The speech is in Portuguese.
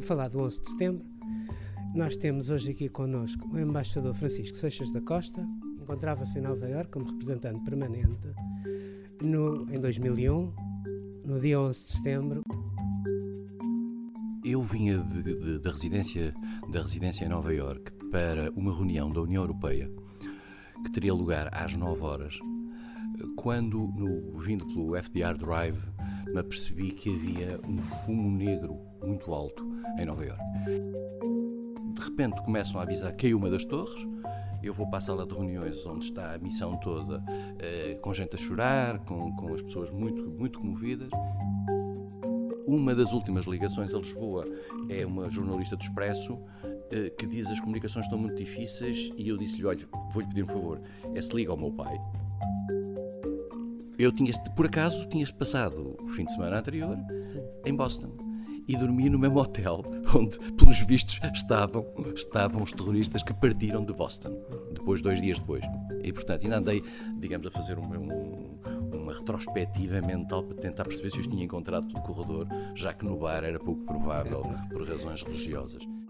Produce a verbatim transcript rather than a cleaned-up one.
falar do onze de setembro. Nós temos hoje aqui connosco o embaixador Francisco Seixas da Costa. Encontrava-se em Nova Iorque como representante permanente no, em dois mil e um, no dia onze de setembro. Eu vinha de, de, da, residência, da residência em Nova Iorque para uma reunião da União Europeia que teria lugar às nove horas, quando, no, vindo pelo F D R Drive, me apercebi que havia um fumo negro muito alto em Nova Iorque. De repente começam a avisar que caiu uma das torres. Eu vou para a sala de reuniões onde está a missão toda, eh, com gente a chorar, com, com as pessoas muito, muito comovidas. Uma das últimas ligações a Lisboa é uma jornalista do Expresso eh, que diz que as comunicações estão muito difíceis e eu disse-lhe, olha, vou-lhe pedir um favor, é se liga ao meu pai. Eu tinha, por acaso, tinha passado o fim de semana anterior Sim. em Boston e dormi no mesmo hotel onde, pelos vistos, estavam, estavam os terroristas que partiram de Boston, depois, dois dias depois. E, portanto, ainda andei, digamos, a fazer um, um, uma retrospectiva mental para tentar perceber se os tinha encontrado pelo corredor, já que no bar era pouco provável por razões religiosas.